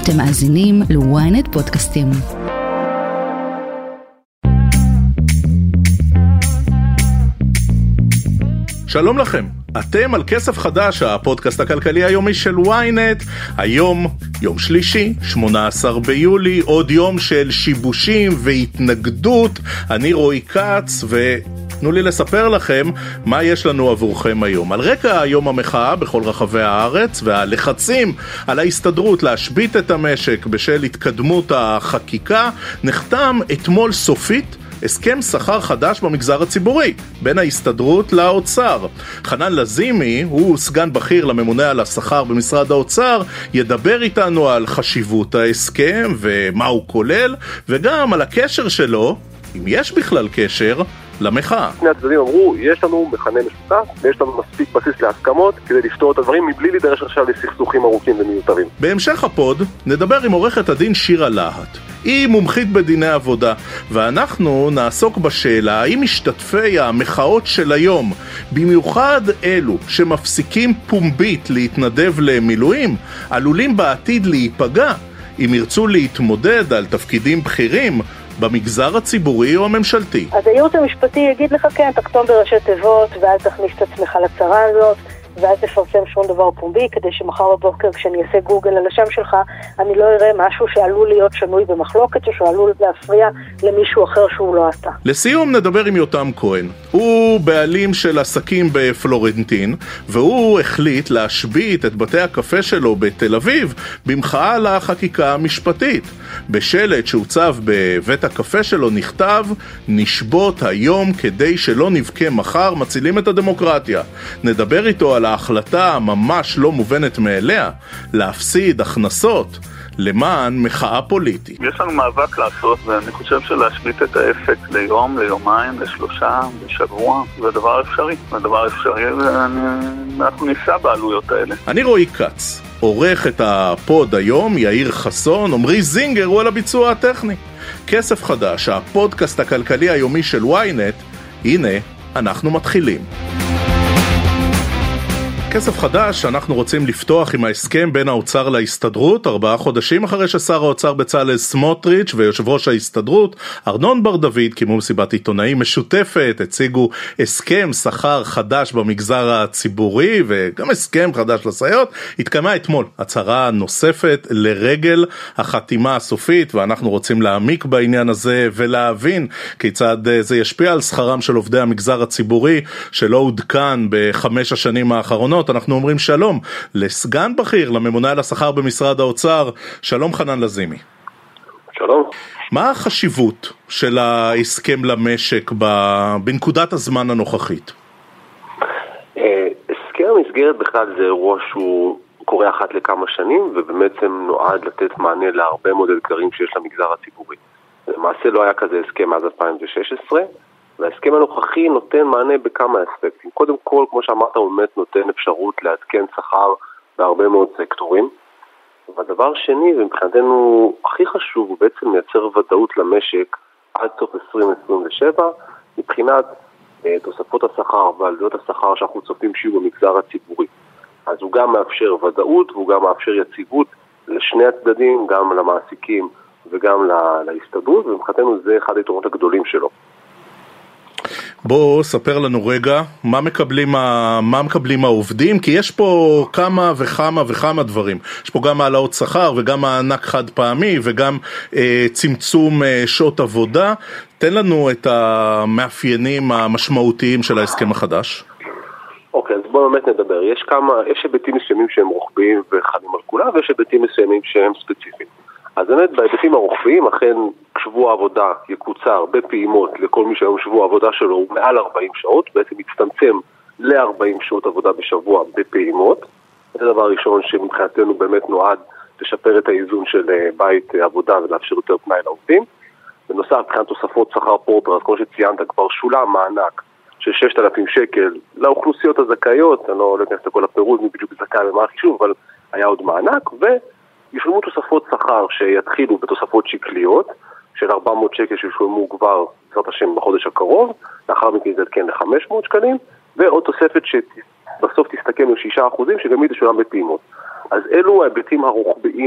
אתם מאזינים ל-ynet פודקאסטים. שלום לכם, אתם על כסף חדש, הפודקאסט הכלכלי היומי של ynet. היום, יום שלישי, 18 ביולי, עוד יום של שיבושים והתנגדות. אני רועי קץ, ותנו לי לספר לכם מה יש לנו עבורכם היום. על רקע יום המחאה בכל רחבי הארץ והלחצים על ההסתדרות להשבית את המשק בשל התקדמות החקיקה, נחתם אתמול סופית הסכם שכר חדש במגזר הציבורי, בין ההסתדרות לאוצר. חנן לזימי, הוא סגן בכיר לממונה על השכר במשרד האוצר, ידבר איתנו על חשיבות ההסכם ומה הוא כולל, וגם על הקשר שלו, אם יש בכלל קשר, למחאה. שני הצדדים אמרו, יש לנו מכנה משותף, ויש לנו מספיק בסיס להסכמות כדי לפתור את הדברים מבלי להידרש עכשיו לסכסוכים ארוכים ומיותרים. בהמשך הפוד נדבר עם עורכת הדין שירה להט. היא מומחית בדיני עבודה, ואנחנו נעסוק בשאלה האם משתתפי המחאות של היום, במיוחד אלו שמפסיקים פומבית להתנדב למילואים, עלולים בעתיד להיפגע אם ירצו להתמודד על תפקידים בכירים במגזר הציבורי או הממשלתי. אז הייעוץ המשפטי יגיד לך כן, תחתום בראשי תיבות ואל תכניס את עצמך לצרה הזאת ואל תפרסם שום דבר פומבי, כדי שמחר בבוקר כשאני אעשה גוגל על השם שלך אני לא אראה משהו שעלול להיות שנוי במחלוקת או שעלול להפריע למישהו אחר שהוא לא אתה. לסיום נדבר עם יותם כהן. הוא בעלים של עסקים בפלורנטין, והוא החליט להשבית את בתי הקפה שלו בתל אביב במחאה על החקיקה המשפטית. בשלט שהוצב בבית הקפה שלו נכתב: נשבות היום כדי שלא נבכה מחר, מצילים את הדמוקרטיה. נדבר איתו על ההחלטה ממש לא מובנת מאליה להפסיד הכנסות למען מחאה פוליטית. יש לנו מאבק לעשות, ואני חושב שלהשבית את העסק ליום, ליומיים, לשלושה, לשבוע, זה דבר אפשרי. זה דבר אפשרי, ואנחנו ניסע בעלויות האלה. אני רועי קץ, עורך את הפוד היום, יאיר חסון, עמרי זינגר הוא על הביצוע הטכני. כסף חדש, הפודקאסט הכלכלי היומי של ynet. הנה, אנחנו מתחילים. כסף חדש, אנחנו רוצים לפתוח עם ההסכם בין האוצר להסתדרות, 4 חודשים אחרי ששר האוצר בצלאל סמוטריץ' ויושב ראש ההסתדרות ארנון בר דוד קיימו מסיבת עיתונאים משותפת, הציגו הסכם שכר חדש במגזר הציבורי וגם הסכם חדש לסייעות. התקיימה אתמול הצהרה נוספת לרגל החתימה הסופית, ואנחנו רוצים להעמיק בעניין הזה ולהבין כיצד זה ישפיע על שכרם של עובדי המגזר הציבורי שלא עודכן ב5 השנים האחרונות. אנחנו אומרים שלום לסגן בכיר לממונה על השכר במשרד האוצר. שלום חנן לזימי. שלום. מה החשיבות של ההסכם למשק בנקודת הזמן הנוכחית? הסכם המסגרת בכלל זה אירוע שהוא קורה אחת לכמה שנים, ובעצם נועד לתת מענה להרבה מאוד אתגרים שיש למגזר הציבורי. למעשה לא היה כזה הסכם מאז 2016, וההסכם הנוכחי נותן מענה בכמה אספקטים. קודם כל, כמו שאמרת, הוא באמת נותן אפשרות לעדכן שכר בהרבה מאוד סקטורים. והדבר שני, ומבחינתנו הכי חשוב, הוא בעצם מייצר ודאות למשק עד סוף 2027, מבחינת תוספות השכר ועלויות השכר שאנחנו צופים שיהיו במגזר הציבורי. אז הוא גם מאפשר ודאות, והוא גם מאפשר יציבות לשני הצדדים, גם למעסיקים וגם להסתדרות, ומבחינתנו זה אחד היתרונות הגדולים שלו. בוא ספר לנו רגע מה מקבלים העובדים, כי יש פה כמה וכמה דברים. יש פה גם העלאות שכר וגם מענק חד פעמי וגם צמצום שעות עבודה. תן לנו את המאפיינים המשמעותיים של ההסכם החדש. אוקיי, אז בואו באמת נדבר. יש היבטים מסוימים שהם רוחביים וחדים על כולם, ויש היבטים מסוימים שהם ספציפיים. אז באמת בהיבטים הרוחביים, אכן שבוע עבודה יקוצר בפעימות לכל מי שהיום שבוע עבודה שלו הוא מעל 40 שעות, בעצם יצטמצם ל-40 שעות עבודה בשבוע בפעימות. זה דבר ראשון שמבחינתנו באמת נועד לשפר את האיזון של בית עבודה ולאפשר יותר פנאי לעובדים. בנוסף, מבחינת תוספות שכר פרופר, אז כמו שציינת, כבר שולם מענק של 6,000 שקל לאוכלוסיות הזכאיות, אני לא אכנס לכל הפירוט מי בדיוק זכאי ומה החישוב, אבל היה עוד מענק, וישלמו תוספות שכר שיתחילו בתוספות שקליות, של 400 שקל שישולמו כבר בעזרת השם בחודש הקרוב, לאחר מכן זה כן ל-500 שקלים, ועוד תוספת שבסוף תסתכם עם 6% שגם היא תשולם בפעימות. אז אלו ההיבטים הרוחביים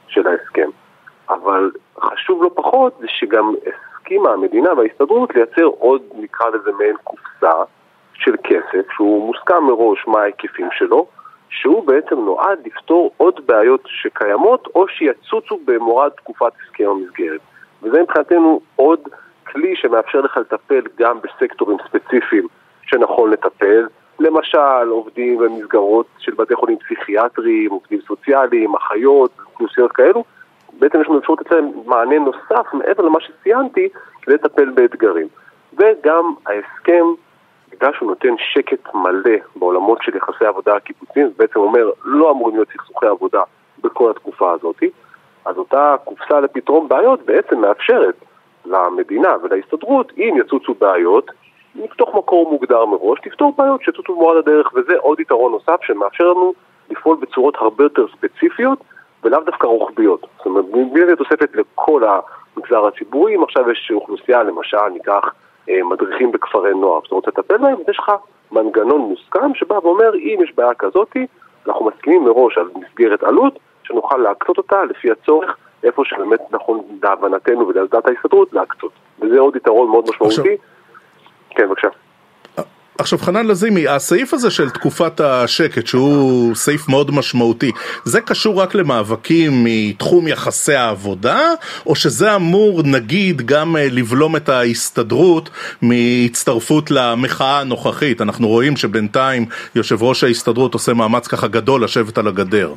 של ההסכם. אבל חשוב לא פחות זה שגם הסכימה המדינה וההסתדרות לייצר עוד, נקרא לזה מעין קופסה של כסף, שהוא מוסכם מראש מה ההיקפים שלו, שהוא בעצם נועד לפתור עוד בעיות שקיימות או שיצוצו במורד תקופת הסכם המסגרת. וזה מבחינתנו עוד כלי שמאפשר לך לטפל גם בסקטורים ספציפיים שנכון לטפל, למשל עובדים במסגרות של בתי חולים פסיכיאטריים, עובדים סוציאליים, אחיות, אוכלוסיות כאלו. בעצם יש לנו אפשרות לצלם מענה נוסף מעבר למה שציינתי כדי לטפל באתגרים. וגם ההסכם, בגלל שהוא נותן שקט מלא בעולמות של יחסי עבודה הקיבוציים, זה בעצם אומר לא אמורים להיות סכסוכי עבודה בכל התקופה הזאת, אז אותה קופסה לפתרון בעיות בעצם מאפשרת למדינה ולהסתדרות, אם יצוצו בעיות, מתוך מקור מוגדר מראש, תפתור בעיות שצוצו במורד הדרך, וזה עוד יתרון נוסף שמאפשר לנו לפעול בצורות הרבה יותר ספציפיות, ולאו דווקא רוחביות. זאת אומרת, בלי תוספת לכל המגזר הציבורי, אם עכשיו יש אוכלוסייה, למשל, ניקח מדריכים בכפרי נוער, שאתה רוצה לטפל בהם, יש לך מנגנון מוסכם שבא ואומר, אם יש בעיה כזאת, אנחנו מסכימים מראש על מסגרת עלות, שנוכל להקצות אותה לפי הצורך, איפה שבאמת נכון להבנתנו ולדעת ההסתדרות להקצות. וזה עוד יתרון מאוד משמעותי. כן, בבקשה. עכשיו חנן לזימי, הסעיף הזה של תקופת השקט, שהוא סעיף מאוד משמעותי, זה קשור רק למאבקים מתחום יחסי העבודה, או שזה אמור נגיד גם לבלום את ההסתדרות מהצטרפות למחאה הנוכחית? אנחנו רואים שבינתיים יושב ראש ההסתדרות עושה מאמץ ככה גדול לשבת על הגדר.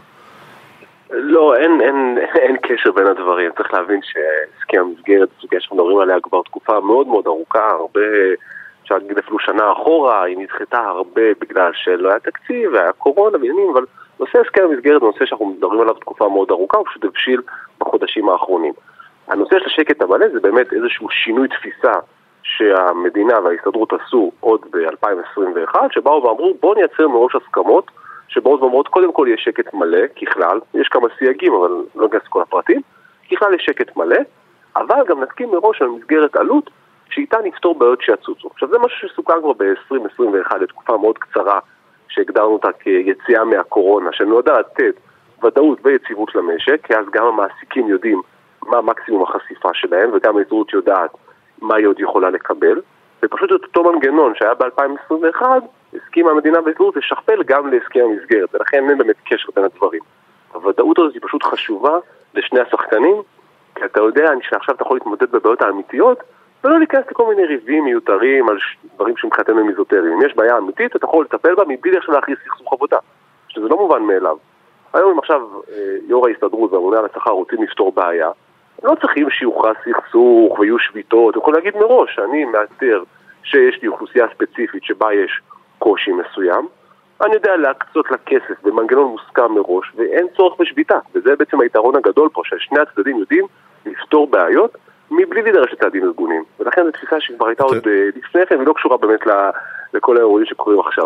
לא, אין קשר בין הדברים. צריך להבין שהסכם המסגרת, סוגיה שאנחנו מדברים עליה כבר תקופה מאוד מאוד ארוכה, הרבה שאגיד אפילו שנה אחורה, היא נדחתה הרבה בגלל שלא היה תקציב, היה קורונה ועניינים, אבל נושא הסכם המסגרת, נושא שאנחנו מדברים עליו תקופה מאוד ארוכה, הוא פשוט הבשיל בחודשים האחרונים. הנושא של השקט המלא זה באמת איזשהו שינוי תפיסה שהמדינה וההסתדרות עשו עוד ב-2021, שבאו ואמרו בואו נייצר מראש הסכמות, שבאות ואומרות קודם כל יש שקט מלא, ככלל, יש כמה סייגים אבל לא ניכנס כל הפרטים, ככלל יש שקט מלא, אבל גם נסכים מראש על מסגרת עלות, שאיתה נפתור בעיות שיצוצו. עכשיו זה משהו שסוכם כבר ב-2021, לתקופה מאוד קצרה, שהגדרנו אותה כיציאה מהקורונה, שנועדה לתת ודאות ויציבות למשק, כי אז גם המעסיקים יודעים מה מקסימום החשיפה שלהם, וגם ההסתדרות יודעת מה היא עוד יכולה לקבל, ופשוט את אותו מנגנון שהיה ב-2021, הסכימה המדינה וההסתדרות לשכפל גם להסכם המסגרת, ולכן אין באמת קשר בין הדברים. הוודאות הזאת היא פשוט חשובה לשני השחקנים, כי אתה יודע שעכשיו אתה יכול להתמודד בבעיות האמיתיות, ולא להיכנס לכל מיני ריבים מיותרים על דברים שמחתנו הם איזוטריים. אם יש בעיה אמיתית, אתה יכול לטפל בה מבלי עכשיו להכריז סכסוך עבודה, שזה לא מובן מאליו. היום אם עכשיו יו"ר ההסתדרות והממונה על השכר רוצים לפתור בעיה, לא צריכים שיוכרז סכסוך ויהיו שביתות, הוא יכול להגיד מראש, אני מאתר שיש לי אוכלוסייה ספציפית שבה יש קושי מסוים, אני יודע להקצות לה כסף במנגנון מוסכם מראש, ואין צורך בשביתה, וזה בעצם היתרון הגדול פה, ששני הצדדים יודעים לפתור בעיות, מבלי להידרש לצעדים ארגונים. ולכן זו תפיסה שכבר הייתה עוד לפני כן, ולא קשורה באמת לכל האירועים שקורים עכשיו.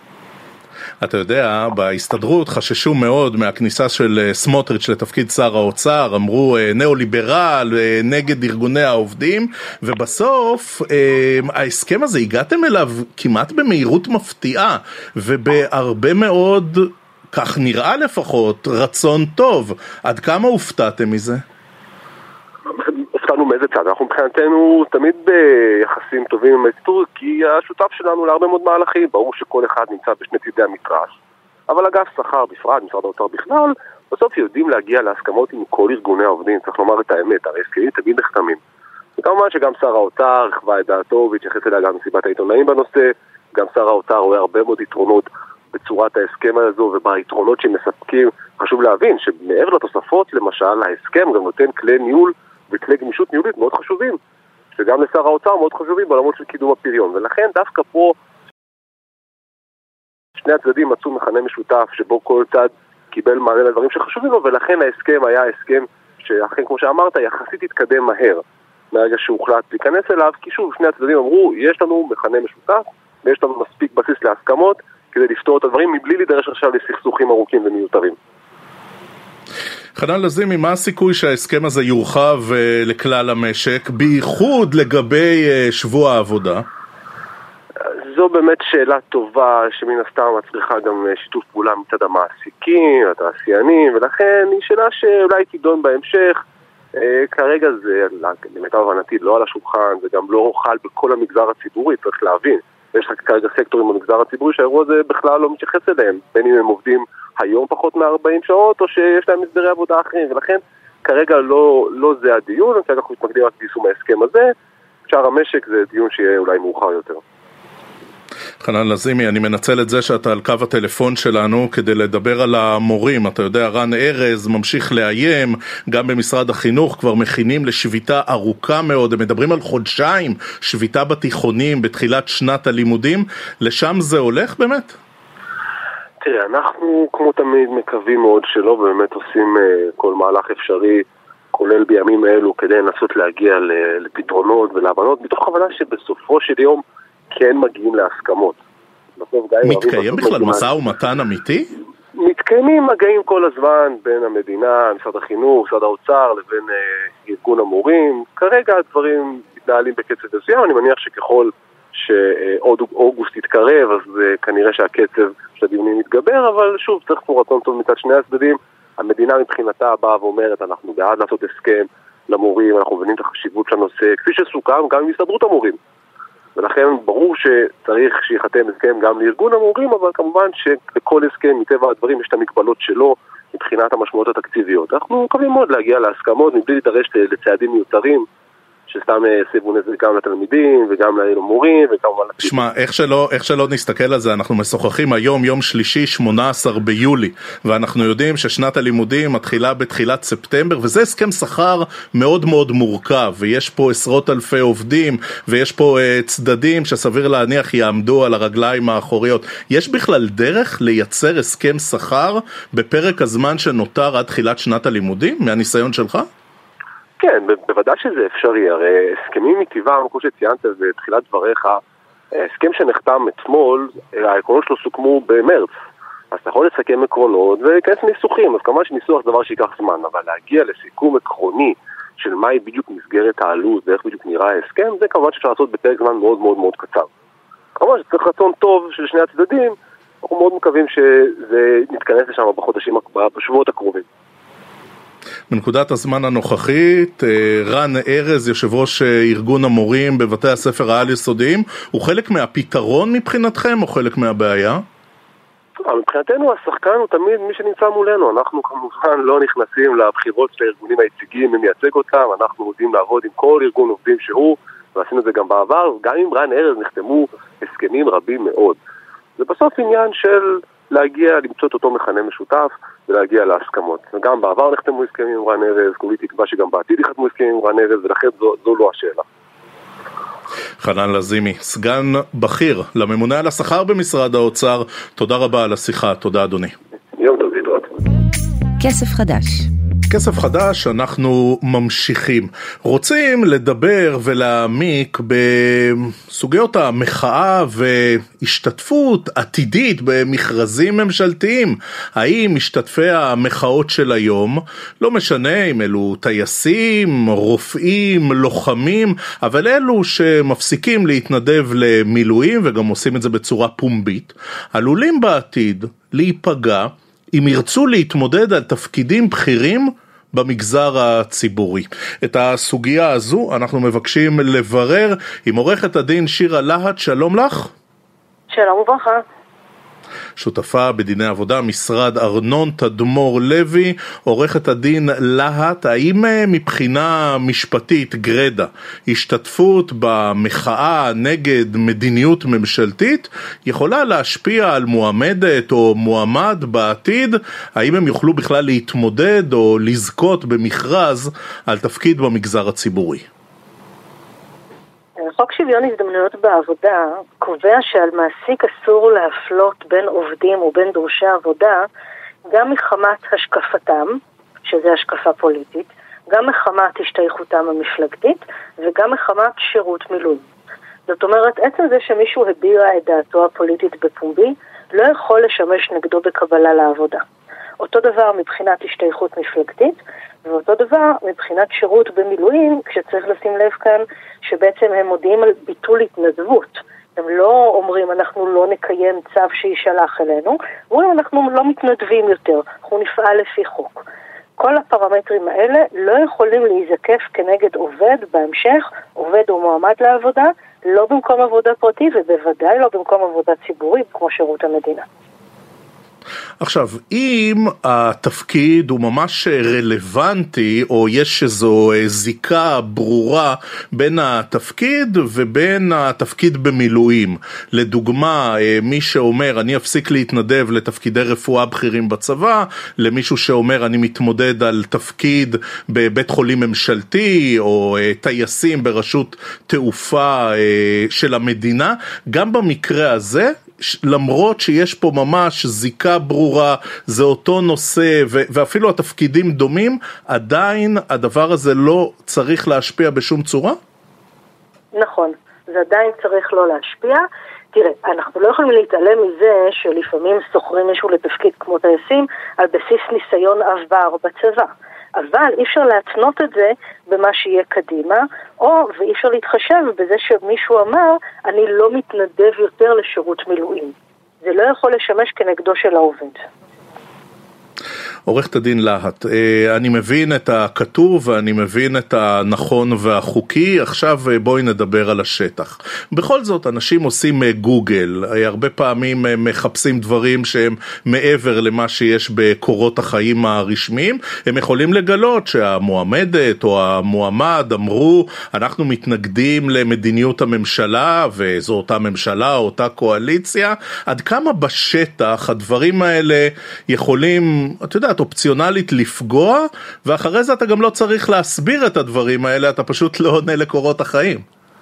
אתה יודע, בהסתדרות חששו מאוד מהכניסה של סמוטריץ' לתפקיד שר האוצר, אמרו נאו-ליברל, נגד ארגוני העובדים, ובסוף ההסכם הזה הגעתם אליו כמעט במהירות מפתיעה, ובהרבה מאוד, כך נראה לפחות, רצון טוב. עד כמה הופתעתם מזה? הופתענו מאיזה צד? אנחנו מבחינתנו תמיד ביחסים טובים עם ההסתדרות, כי השותף שלנו להרבה מאוד מהלכים, ברור שכל אחד נמצא בשני צידי המתרס, אבל אגף שכר בפרט, משרד האוצר בכלל, בסוף יודעים להגיע להסכמות עם כל ארגוני העובדים, צריך לומר את האמת, הרי הסכמים תמיד נחתמים. וכמובן שגם שר האוצר חווה את דעתו והתייחס אליה גם מסיבת העיתונאים בנושא, גם שר האוצר רואה הרבה מאוד יתרונות בצורת ההסכם הזו וביתרונות שמספקים. חשוב להבין שמעבר לתוספות, למשל, ההסכם גם נותן כלי ניהול וכלי גמישות ניהולית מאוד חשובים, שגם לשר האוצר מאוד חשובים בעולמות של קידום הפריון. ולכן דווקא פה שני הצדדים מצאו מכנה משותף שבו כל צד קיבל מענה לדברים שחשובים לו, ולכן ההסכם היה הסכם שאכן, כמו שאמרת, יחסית התקדם מהר מהרגע שהוחלט להיכנס אליו, כי שוב, שני הצדדים אמרו, יש לנו מכנה משותף ויש לנו מספיק בסיס להסכמות כדי לפתור את הדברים מבלי להידרש עכשיו לסכסוכים ארוכים ומיותרים. חנן לזימי, מה הסיכוי שההסכם הזה יורחב לכלל המשק, בייחוד לגבי שבוע העבודה? זו באמת שאלה טובה שמן הסתם מצריכה גם שיתוף פעולה מצד המעסיקים, התעשיינים, ולכן היא שאלה שאולי תידון בהמשך. כרגע זה, למיטב הבנתי, לא על השולחן, זה גם לא חל בכל המגזר הציבורי, צריך להבין. יש כרגע סקטורים במגזר הציבורי שהאירוע הזה בכלל לא מתייחס אליהם, בין אם הם עובדים היום פחות מ-40 שעות, או שיש להם הסדרי עבודה אחרים, ולכן כרגע לא זה הדיון, כרגע אנחנו מתמקדים רק ביישום ההסכם הזה, שאר המשק זה דיון שיהיה אולי מאוחר יותר. חנן לזימי, אני מנצל את זה שאתה על קו הטלפון שלנו כדי לדבר על המורים. אתה יודע, רן ארז ממשיך לאיים, גם במשרד החינוך כבר מכינים לשביתה ארוכה מאוד, הם מדברים על חודשיים שביתה בתיכונים בתחילת שנת הלימודים. לשם זה הולך באמת? תראה, אנחנו כמו תמיד מקווים מאוד שלא, באמת עושים כל מהלך אפשרי, כולל בימים אלו, כדי לנסות להגיע לפתרונות ולהבנות, מתוך הבנה שבסופו של יום כן מגיעים להסכמות. מתקיים בכלל משא ומתן אמיתי? מתקיימים מגעים כל הזמן בין המדינה, משרד החינוך, משרד האוצר, לבין ארגון המורים. כרגע הדברים מתנהלים בקצב מסוים, אני מניח שככל שעוד אוגוסט יתקרב, אז כנראה שהקצב של הדיונים יתגבר, אבל שוב, צריך פה רצון טוב מצד שני הצדדים. המדינה מבחינתה באה ואומרת, אנחנו בעד לעשות הסכם למורים, אנחנו מבינים את החשיבות של הנושא, כפי שסוכם גם עם הסתדרות המורים. ולכן ברור שצריך שיחתם הסכם גם לארגון המורים, אבל כמובן שלכל הסכם מטבע הדברים יש את המגבלות שלו מבחינת המשמעות התקציביות. אנחנו מקווים מאוד להגיע להסכמות מבלי להתדרש לצעדים מיותרים, שסתם יסבו נזק גם לתלמידים וגם למורים וכמובן לתלמידים. שמע, איך שלא נסתכל על זה, אנחנו משוחחים היום, יום שלישי, 18 ביולי, ואנחנו יודעים ששנת הלימודים מתחילה בתחילת ספטמבר, וזה הסכם שכר מאוד מאוד מורכב, ויש פה עשרות אלפי עובדים, ויש פה צדדים שסביר להניח יעמדו על הרגליים האחוריות. יש בכלל דרך לייצר הסכם שכר בפרק הזמן שנותר עד תחילת שנת הלימודים, מהניסיון שלך? כן, בוודאי שזה אפשרי, הרי הסכמים מטבעם, כמו שציינת בתחילת דבריך, הסכם שנחתם אתמול, העקרונות שלו סוכמו במרץ, אז אתה יכול לסכם עקרונות ולהיכנס ניסוחים, אז כמובן שניסוח זה דבר שיקח זמן, אבל להגיע לסיכום עקרוני של מהי בדיוק מסגרת העלות ואיך בדיוק נראה ההסכם, זה כמובן שאפשר לעשות בפרק זמן מאוד מאוד מאוד קצר. כמובן שצריך רצון טוב של שני הצדדים, אנחנו מאוד מקווים שזה נתכנס לשם בשבועות הקרובים. בנקודת הזמן הנוכחית, רן ארז, יושב ראש ארגון המורים בבתי הספר העל-יסודיים, הוא חלק מהפתרון מבחינתכם או חלק מהבעיה? מבחינתנו השחקן הוא תמיד מי שנמצא מולנו. אנחנו כמובן לא נכנסים לבחירות של הארגונים היציגים ומייצג אותם, אנחנו יודעים לעבוד עם כל ארגון עובדים שהוא, ועשינו את זה גם בעבר, גם עם רן ארז נחתמו הסכמים רבים מאוד. זה בסוף עניין של להגיע, למצוא את אותו מכנה משותף ולהגיע להסכמות. וגם בעבר נחתמו הסכמים עם רן ארז, כולי תקווה שגם בעתיד יחתמו הסכמים עם רן ארז, ולכן זו לא השאלה. חנן לזימי, סגן בכיר לממונה על השכר במשרד האוצר, תודה רבה על השיחה, תודה אדוני. יום טוב, להתראות. כסף חדש. כסף חדש, אנחנו ממשיכים. רוצים לדבר ולהעמיק בסוגיות המחאה והשתתפות עתידית במכרזים ממשלתיים. האם משתתפי המחאות של היום, לא משנה אם אלו טייסים, רופאים, לוחמים, אבל אלו שמפסיקים להתנדב למילואים וגם עושים את זה בצורה פומבית, עלולים בעתיד להיפגע אם ירצו להתמודד על תפקידים בכירים במגזר הציבורי. את הסוגיה הזו אנחנו מבקשים לברר עם עורכת הדין שירה להט. שלום לך. שלום וברכה. שותפה בדיני עבודה, משרד ארנון תדמור לוי. עורכת הדין להט, האם מבחינה משפטית גרדה, השתתפות במחאה נגד מדיניות ממשלתית יכולה להשפיע על מועמדת או מועמד בעתיד? האם הם יוכלו בכלל להתמודד או לזכות במכרז על תפקיד במגזר הציבורי? חוק שוויון הזדמנויות בעבודה קובע שעל מעסיק אסור להפלות בין עובדים ובין דורשי עבודה גם מחמת השקפתם, שזה השקפה פוליטית, גם מחמת השתייכותם המפלגתית וגם מחמת שירות מילואים. זאת אומרת, עצם זה שמישהו הביע את דעתו הפוליטית בפומבי לא יכול לשמש נגדו בקבלה לעבודה. אותו דבר מבחינת השתייכות מפלגתית, ואותו דבר מבחינת שירות במילואים, כשצריך לשים לב כאן שבעצם הם מודיעים על ביטול התנדבות. הם לא אומרים אנחנו לא נקיים צו שישלח אלינו, אומרים אנחנו לא מתנדבים יותר, אנחנו נפעל לפי חוק. כל הפרמטרים האלה לא יכולים להיזקף כנגד עובד בהמשך, עובד או מועמד לעבודה, לא במקום עבודה פרטי ובוודאי לא במקום עבודה ציבורית כמו שירות המדינה. עכשיו, אם התפקיד הוא ממש רלוונטי, או יש איזו זיקה ברורה בין התפקיד ובין התפקיד במילואים, לדוגמה, מי שאומר אני אפסיק להתנדב לתפקידי רפואה בכירים בצבא, למישהו שאומר אני מתמודד על תפקיד בבית חולים ממשלתי, או טייסים ברשות תעופה של המדינה, גם במקרה הזה, למרות שיש פה ממש זיקה ברורה, זה אותו נושא ואפילו התפקידים דומים, עדיין הדבר הזה לא צריך להשפיע בשום צורה? נכון, זה עדיין צריך לא להשפיע. תראה, אנחנו לא יכולים להתעלם מזה שלפעמים סוחרים מישהו לתפקיד כמו טייסים על בסיס ניסיון עבר בצבא. אבל אי אפשר להתנות את זה במה שיהיה קדימה, ואי אפשר להתחשב בזה שמישהו אמר, אני לא מתנדב יותר לשירות מילואים. זה לא יכול לשמש כנגדו של העובד. עורכת הדין להט, אני מבין את הכתוב ואני מבין את הנכון והחוקי, עכשיו בואי נדבר על השטח. בכל זאת, אנשים עושים גוגל, הרבה פעמים מחפשים דברים שהם מעבר למה שיש בקורות החיים הרשמיים, הם יכולים לגלות שהמועמדת או המועמד אמרו, אנחנו מתנגדים למדיניות הממשלה, וזו אותה ממשלה או אותה קואליציה, עד כמה בשטח הדברים האלה יכולים, אתה יודע, אופציונלית לפגוע, ואחרי זה אתה גם לא צריך להסביר את הדברים האלה, אתה פשוט לא עונה לקורות החיים.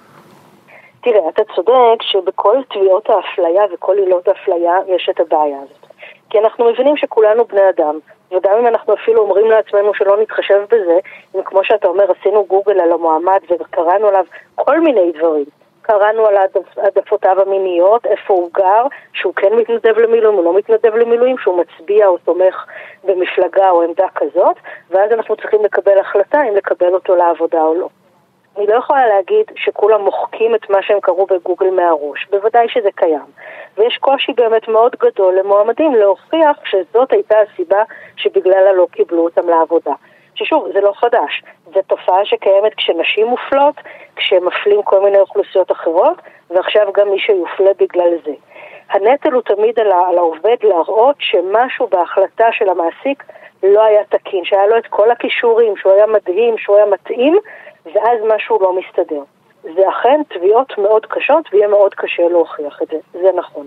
תראה, אתה צודק שבכל תביעות האפליה וכל עילות האפליה יש את הבעיה הזאת. כי אנחנו מבינים שכולנו בני אדם, וגם אם אנחנו אפילו אומרים לעצמנו שלא נתחשב בזה, אם כמו שאתה אומר, עשינו גוגל על המועמד וקראנו עליו כל מיני דברים. קראנו על העדפותיו המיניות, איפה הוא גר, שהוא כן מתנדב למילואים, הוא לא מתנדב למילואים, שהוא מצביע או תומך במפלגה או עמדה כזאת, ואז אנחנו צריכים לקבל החלטה אם לקבל אותו לעבודה או לא. אני לא יכולה להגיד שכולם מוחקים את מה שהם קראו בגוגל מהראש, בוודאי שזה קיים. ויש קושי באמת מאוד גדול למועמדים להוכיח שזאת הייתה הסיבה שבגללה לא קיבלו אותם לעבודה. ששוב, זה לא חדש. זו תופעה שקיימת כשנשים מופלות, כשמפלים כל מיני אוכלוסיות אחרות, ועכשיו גם מי שיופלה בגלל זה. הנטל הוא תמיד על העובד להראות שמשהו בהחלטה של המעסיק לא היה תקין, שהיה לו את כל הכישורים, שהוא היה מדהים, שהוא היה מתאים, ואז משהו לא מסתדר. זה אכן תביעות מאוד קשות, ויהיה מאוד קשה להוכיח את זה. זה נכון.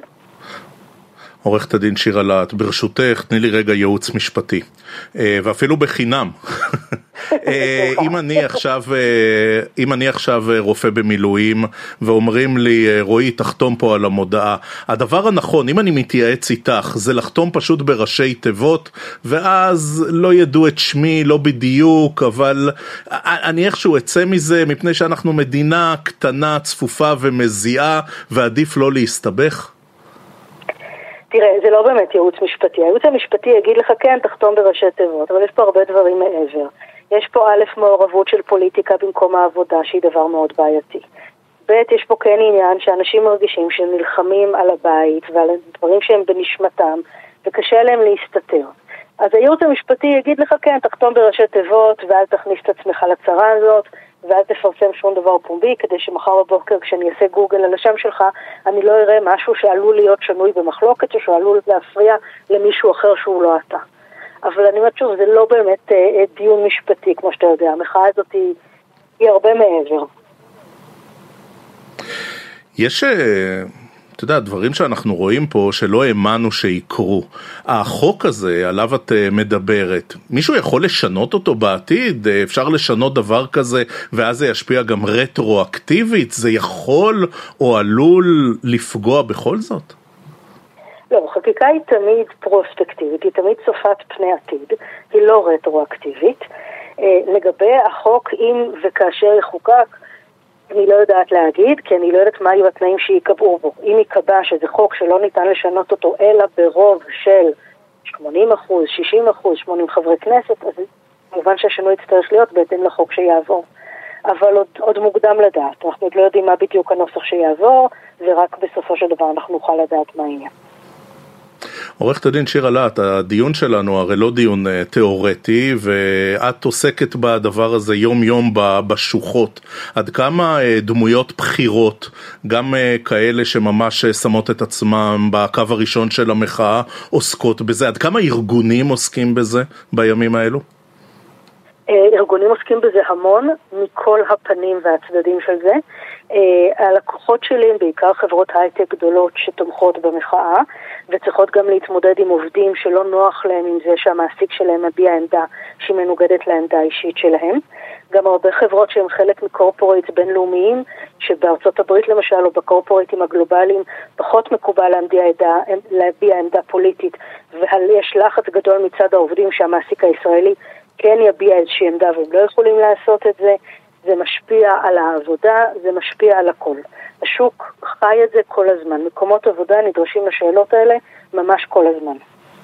עורכת הדין שירה להט, ברשותך, תני לי רגע ייעוץ משפטי, ואפילו בחינם. אם אני עכשיו רופא במילואים, ואומרים לי, רועי, תחתום פה על המודעה, הדבר הנכון, אם אני מתייעץ איתך, זה לחתום פשוט בראשי תיבות, ואז לא ידעו את שמי, לא בדיוק, אבל אני איכשהו אצא מזה, מפני שאנחנו מדינה קטנה, צפופה ומזיעה, ועדיף לא להסתבך. תראה, זה לא באמת ייעוץ משפטי. הייעוץ המשפטי יגיד לך, כן, תחתום בראשי תיבות, אבל יש פה הרבה דברים מעבר. יש פה א', מעורבות של פוליטיקה במקום העבודה, שהיא דבר מאוד בעייתי. ב', יש פה כן עניין שאנשים מרגישים שהם נלחמים על הבית ועל דברים שהם בנשמתם, וקשה להם להסתתר. אז הייעוץ המשפטי יגיד לך, כן, תחתום בראשי תיבות, ואל תכניס את עצמך לצרה הזאת, ואל תפרסם שום דבר פומבי, כדי שמחר בבוקר כשאני אעשה גוגל על השם שלך, אני לא אראה משהו שעלול להיות שנוי במחלוקת, או שעלול להפריע למישהו אחר שהוא לא אתה. אבל אני אומרת שוב, זה לא באמת דיון משפטי, כמו שאתה יודע. המחאה הזאת היא הרבה מעבר. יש, אתה יודע, דברים שאנחנו רואים פה שלא האמנו שיקרו. החוק הזה, עליו את מדברת, מישהו יכול לשנות אותו בעתיד? אפשר לשנות דבר כזה, ואז זה ישפיע גם רטרואקטיבית? זה יכול או עלול לפגוע בכל זאת? לא, חקיקה היא תמיד פרוספקטיבית, היא תמיד צופת פני עתיד, היא לא רטרואקטיבית. לגבי החוק, אם וכאשר יחוקק, אני לא יודעת להגיד, כי אני לא יודעת מה יהיו התנאים שיקבעו בו. אם יקבע שזה חוק שלא ניתן לשנות אותו, אלא ברוב של 80%, 60%, 80 חברי כנסת, אז כמובן שהשינוי יצטרך להיות בהתאם לחוק שיעבור. אבל עוד מוקדם לדעת. אנחנו עוד לא יודעים מה בדיוק הנוסח שיעבור, ורק בסופו של דבר אנחנו נוכל לדעת מה העניין. עורכת הדין שירה להט, הדיון שלנו הרי לא דיון תיאורטי, ואת עוסקת בדבר הזה יום יום בשוחות. עד כמה דמויות בחירות, גם כאלה שממש שמות את עצמם בקו הראשון של המחאה, עוסקות בזה? עד כמה ארגונים עוסקים בזה בימים האלו? ארגונים עוסקים בזה המון, מכל הפנים והצדדים של זה. הלקוחות שלי הם בעיקר חברות הייטק גדולות שתומכות במחאה, וצריכות גם להתמודד עם עובדים שלא נוח להם עם זה שהמעסיק שלהם מביע עמדה שהיא מנוגדת לעמדה האישית שלהם. גם הרבה חברות שהן חלק מקורפורייטס בינלאומיים, שבארצות הברית למשל או בקורפורייטים הגלובליים פחות מקובל להביע עמדה פוליטית, ויש לחץ גדול מצד העובדים שהמעסיק הישראלי כן יביע איזושהי עמדה והם לא יכולים לעשות את זה. זה משפיע על העבודה, זה משפיע על הכל. השוק חי את זה כל הזמן. מקומות עבודה נדרשים לשאלות האלה ממש כל הזמן.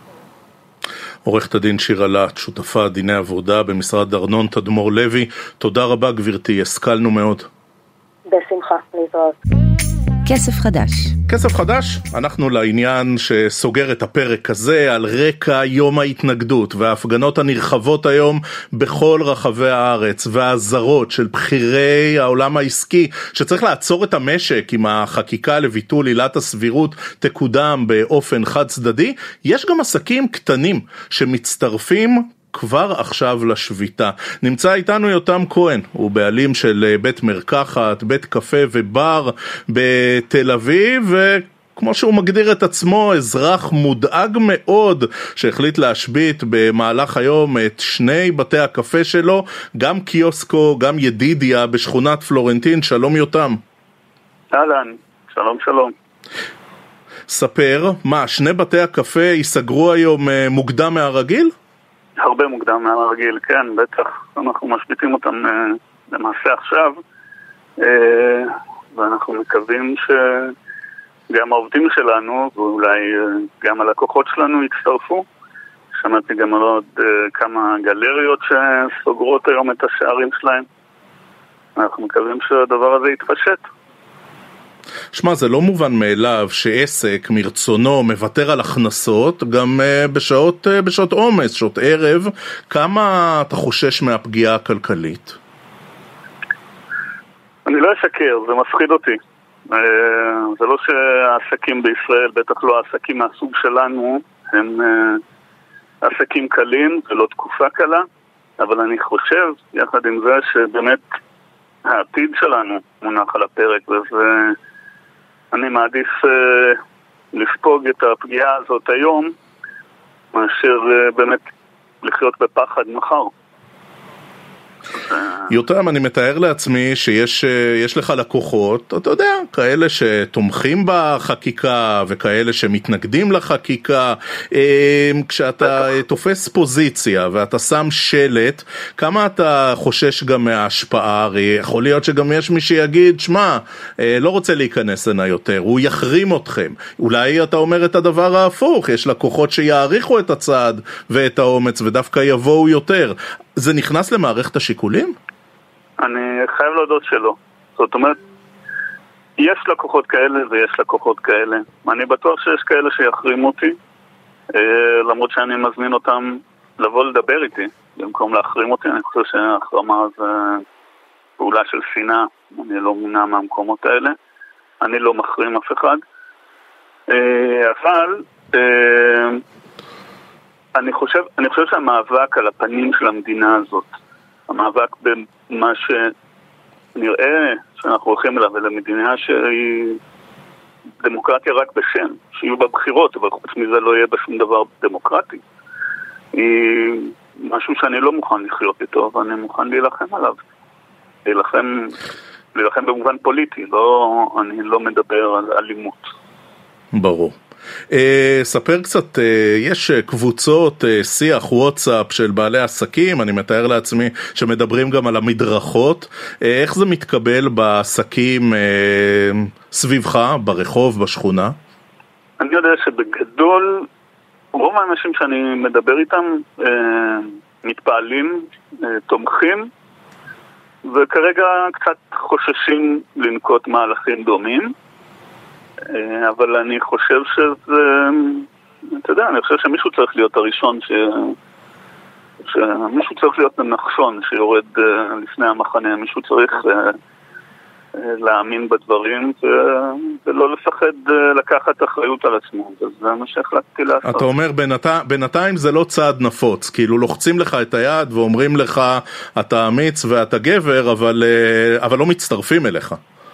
עורכת הדין שירה להט, שותפה דיני עבודה במשרד ארנון תדמור לוי. תודה רבה גברתי, השכלנו מאוד. בשמחה, להתראות. כסף חדש. כסף חדש, אנחנו לעניין שסוגר את הפרק הזה על רקע יום ההתנגדות וההפגנות הנרחבות היום בכל רחבי הארץ והעזרות של בחירי העולם העסקי שצריך לעצור את המשק אם החקיקה לביטול עילת הסבירות תקודם באופן חד צדדי. יש גם עסקים קטנים שמצטרפים כבר עכשיו לשביתה. נמצא איתנו יותם כהן, הוא בעלים של בית מרקחת, בית קפה ובר בתל אביב, וכמו שהוא מגדיר את עצמו, אזרח מודאג מאוד שהחליט להשבית במהלך היום את שני בתי הקפה שלו, גם קיוסקו, גם ידידיה בשכונת פלורנטין. שלום יותם. אהלן, שלום שלום. ספר, מה, שני בתי הקפה ייסגרו היום מוקדם מהרגיל? הרבה מוקדם מהרגיל, כן, בטח. אנחנו משביתים אותם למעשה עכשיו, ואנחנו מקווים שגם העובדים שלנו, ואולי גם הלקוחות שלנו יצטרפו. שמעתי גם על עוד כמה גלריות שסוגרות היום את השערים שלהם. אנחנו מקווים שהדבר הזה יתפשט. שמע, זה לא מובן מאליו שעסק מרצונו מוותר על הכנסות גם בשעות עומס, שעות ערב. כמה אתה חושש מהפגיעה הכלכלית? אני לא אשקר, זה מפחיד אותי. זה לא שהעסקים בישראל, בטח לא העסקים מהסוג שלנו, הם עסקים קלים, זה לא תקופה קלה, אבל אני חושב, יחד עם זה, שבאמת העתיד שלנו מונח על הפרק, וזה אני מעדיף לספוג את הפגיעה הזאת היום, מאשר באמת לחיות בפחד מחר. יותם, אני מתאר לעצמי שיש לך לקוחות, אתה יודע, כאלה שתומכים בחקיקה וכאלה שמתנגדים לחקיקה. כשאתה תופס פוזיציה ואתה שם שלט, כמה אתה חושש גם מההשפעה? הרי יכול להיות שגם יש מי שיגיד, שמה, לא רוצה להיכנס הנה יותר, הוא יחרים אתכם. אולי אתה אומר את הדבר ההפוך, יש לקוחות שיעריכו את הצעד ואת האומץ ודווקא יבואו יותר. זה נכנס למערכת השיקולים? אני חייב להודות שלא. זאת אומרת, יש לקוחות כאלה ויש לקוחות כאלה. אני בטוח שיש כאלה שיחרימו אותי, למרות שאני מזמין אותם לבוא לדבר איתי, במקום להחרים אותי. אני חושב שהחרמה זה פעולה של שנאה. אני לא מונע מהמקומות האלה. אני לא מחרים אף אחד. אבל אני חושב שהמאבק על הפנים של המדינה הזאת, המאבק במה שנראה שאנחנו הולכים אליו, ולמדינה שהיא דמוקרטיה רק בשם, שיהיו בה בחירות, אבל חוץ מזה לא יהיה בשום דבר דמוקרטי, היא משהו שאני לא מוכן לחיות איתו, ואני מוכן להילחם עליו. להילחם במובן פוליטי, אני לא מדבר על אלימות. ברור. ספר קצת, יש קבוצות שיח וואטסאפ של בעלי עסקים, אני מתאר לעצמי שמדברים גם על המדרכות. איך זה מתקבל בעסקים סביבך, ברחוב, בשכונה? אני יודע שבגדול רוב האנשים שאני מדבר איתם מתפעלים, תומכים, וכרגע קצת חוששים לנקוט מהלכים דומים, אבל אני חושב שזה, אתה יודע, אני חושב שמישהו צריך להיות הראשון שמישהו צריך להיות נחשון שיורד לפני המחנה, מישהו צריך להאמין בדברים ולא לפחד לקחת אחריות על עצמו, וזה מה שהחלטתי לעשות. אתה אומר בינתיים זה לא צעד נפוץ, כאילו לוחצים לך את היד ואומרים לך אתה אמיץ ואתה גבר, אבל לא מצטרפים אליך.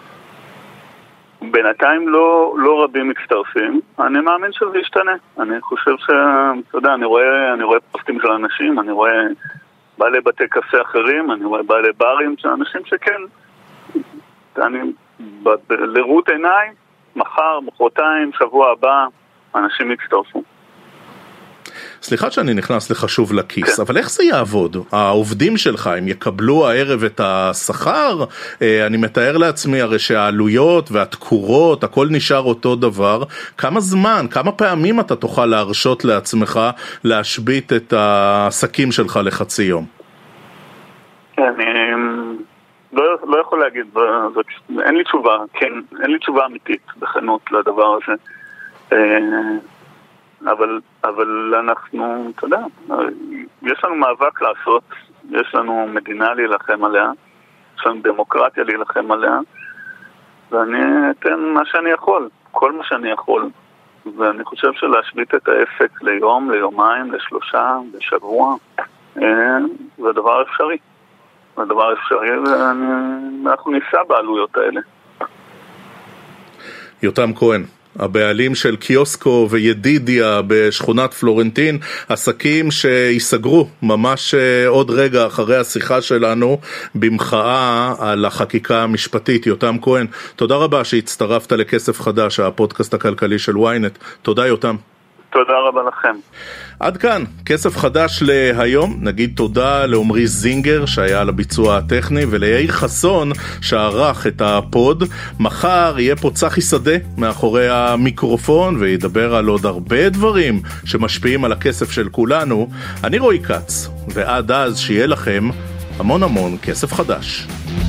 בינתיים לא רבים מצטרפים, אני מאמין שזה ישתנה. אני חושב אתה יודע, אני רואה פוסטים של אנשים, אני רואה בעלי בתי קפה אחרים, אני רואה בעלי ברים של אנשים שכן, לראות עיניי, מחר, מחרתיים, שבוע הבא, אנשים יצטרפו. סליחה שאני נכנס לך שוב לכיס, אבל איך זה יעבוד? העובדים שלך, הם יקבלו הערב את השכר? אני מתאר לעצמי הרי שהעלויות והתקורות, הכל נשאר אותו דבר. כמה זמן, כמה פעמים אתה תוכל להרשות לעצמך להשבית את העסקים שלך לחצי יום? אני לא יכול להגיד, אין לי תשובה, כן, אין לי תשובה אמיתית בכנות לדבר הזה. אבל אנחנו, אתה יודע, יש לנו מאבק לעשות, יש לנו מדינה להילחם עליה, יש לנו דמוקרטיה להילחם עליה, ואני אתן מה שאני יכול, כל מה שאני יכול, ואני חושב שלהשבית את העסק ליום, ליומיים, לשלושה, לשבוע, זה דבר אפשרי. זה דבר אפשרי, ואנחנו ניסע בעלויות האלה. יותם כהן, הבעלים של קיוסקו וידידיה בשכונת פלורנטין, עסקים שיסגרו ממש עוד רגע אחרי השיחה שלנו במחאה על החקיקה המשפטית. יותם כהן, תודה רבה שהצטרפת לכסף חדש, הפודקאסט הכלכלי של וויינט. תודה יותם. תודה רבה לכם. עד כאן, כסף חדש להיום. נגיד תודה לעומרי זינגר שהיה על הביצוע הטכני, וליאיר חסון שערך את הפוד. מחר יהיה פה צחי שדה מאחורי המיקרופון וידבר על עוד הרבה דברים שמשפיעים על הכסף של כולנו. אני רועי קץ, ועד אז שיהיה לכם המון המון כסף חדש.